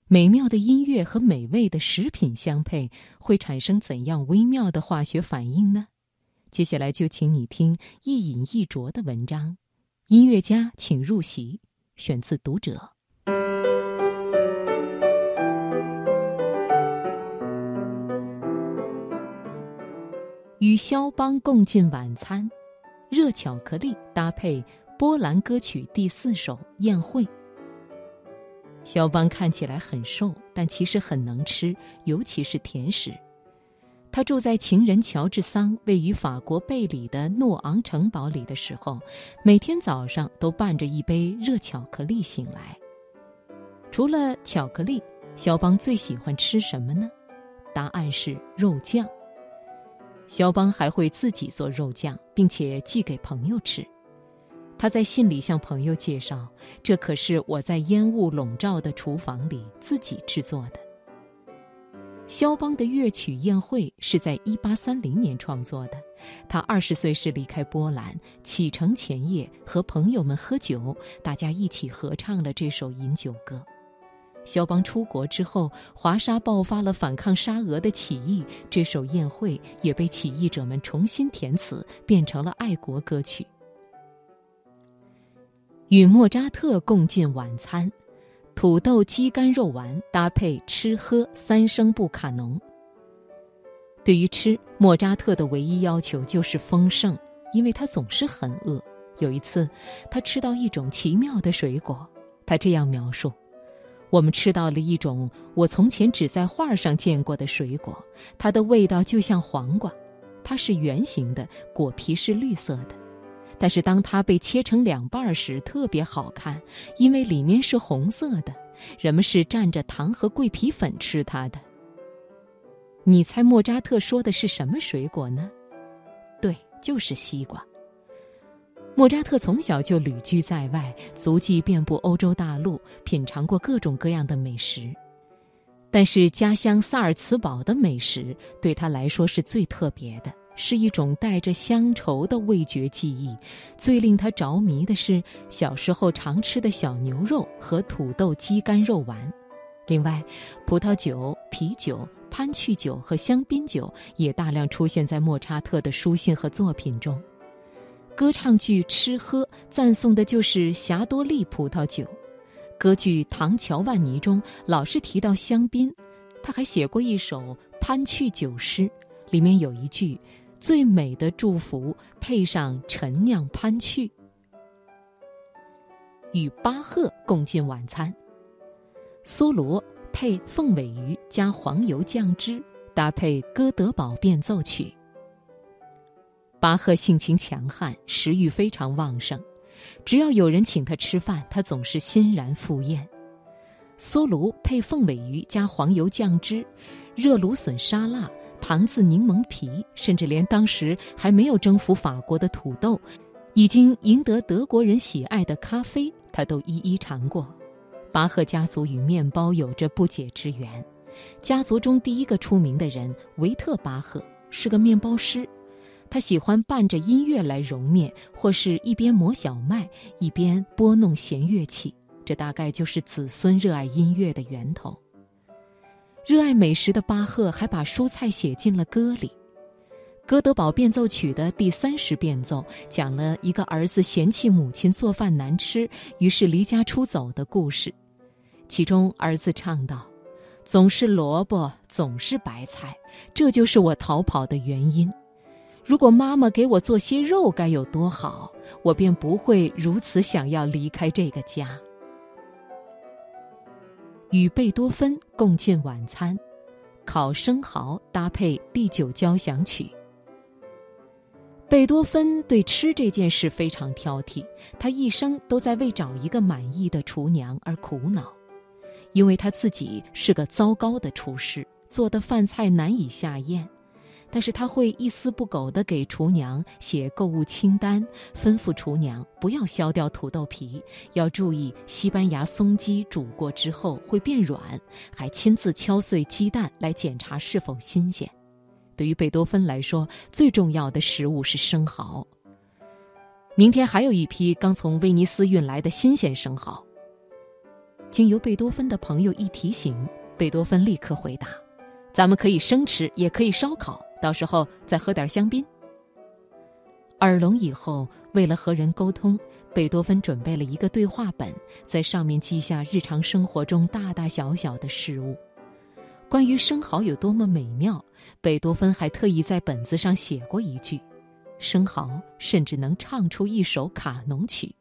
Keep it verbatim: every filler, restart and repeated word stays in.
美妙的音乐和美味的食品相配，会产生怎样微妙的化学反应呢？接下来就请你听一饮一啄的文章。音乐家请入席，选自《读者》。与肖邦共进晚餐，热巧克力搭配波兰歌曲第四首《宴会》。肖邦看起来很瘦，但其实很能吃，尤其是甜食。他住在情人乔治桑位于法国贝里的诺昂城堡里的时候，每天早上都伴着一杯热巧克力醒来。除了巧克力，肖邦最喜欢吃什么呢？答案是肉酱。肖邦还会自己做肉酱，并且寄给朋友吃。他在信里向朋友介绍，这可是我在烟雾笼罩的厨房里自己制作的。肖邦的乐曲《宴会》是在一八三零年创作的，他二十岁时离开波兰，启程前夜和朋友们喝酒，大家一起合唱了这首饮酒歌。肖邦出国之后，华沙爆发了反抗沙俄的起义，这首《宴会》也被起义者们重新填词，变成了爱国歌曲。与莫扎特共进晚餐，土豆鸡肝肉丸搭配吃喝三声部卡农。对于吃，莫扎特的唯一要求就是丰盛，因为他总是很饿。有一次，他吃到一种奇妙的水果，他这样描述：我们吃到了一种我从前只在画上见过的水果，它的味道就像黄瓜，它是圆形的，果皮是绿色的。但是当它被切成两半时特别好看，因为里面是红色的，人们是蘸着糖和桂皮粉吃它的。你猜莫扎特说的是什么水果呢？对，就是西瓜。莫扎特从小就旅居在外，足迹遍布欧洲大陆，品尝过各种各样的美食。但是家乡萨尔茨堡的美食对他来说是最特别的，是一种带着乡愁的味觉记忆。最令他着迷的是小时候常吃的小牛肉和土豆鸡肝肉丸。另外，葡萄酒、啤酒、潘趣酒和香槟酒也大量出现在莫扎特的书信和作品中。歌唱剧《吃喝》赞颂的就是霞多丽葡萄酒，歌剧《唐乔万尼》中老是提到香槟。他还写过一首潘趣酒诗，里面有一句最美的祝福配上陈酿潘趣。与巴赫共进晚餐，梭罗配凤尾鱼加黄油酱汁，搭配哥德堡变奏曲。巴赫性情强悍，食欲非常旺盛，只要有人请他吃饭，他总是欣然赴宴。梭罗配凤尾鱼加黄油酱汁，热芦笋沙拉，糖渍柠檬皮，甚至连当时还没有征服法国的土豆，已经赢得德国人喜爱的咖啡，他都一一尝过。巴赫家族与面包有着不解之缘。家族中第一个出名的人维特巴赫是个面包师，他喜欢伴着音乐来揉面，或是一边磨小麦一边拨弄弦乐器，这大概就是子孙热爱音乐的源头。热爱美食的巴赫还把蔬菜写进了歌里。哥德堡变奏曲的第三十变奏讲了一个儿子嫌弃母亲做饭难吃，于是离家出走的故事。其中儿子唱道：总是萝卜，总是白菜，这就是我逃跑的原因。如果妈妈给我做些肉该有多好，我便不会如此想要离开这个家。与贝多芬共进晚餐，烤生蚝搭配第九交响曲。贝多芬对吃这件事非常挑剔，他一生都在为找一个满意的厨娘而苦恼。因为他自己是个糟糕的厨师，做的饭菜难以下咽，但是他会一丝不苟地给厨娘写购物清单，吩咐厨娘不要削掉土豆皮，要注意西班牙松鸡煮过之后会变软，还亲自敲碎鸡蛋来检查是否新鲜。对于贝多芬来说，最重要的食物是生蚝。明天还有一批刚从威尼斯运来的新鲜生蚝。 经由贝多芬的朋友一提醒，贝多芬立刻回答：咱们可以生吃，也可以烧烤，到时候再喝点香槟。耳聋以后，为了和人沟通，贝多芬准备了一个对话本，在上面记下日常生活中大大小小的事物。关于生蚝有多么美妙，贝多芬还特意在本子上写过一句：生蚝甚至能唱出一首卡农曲。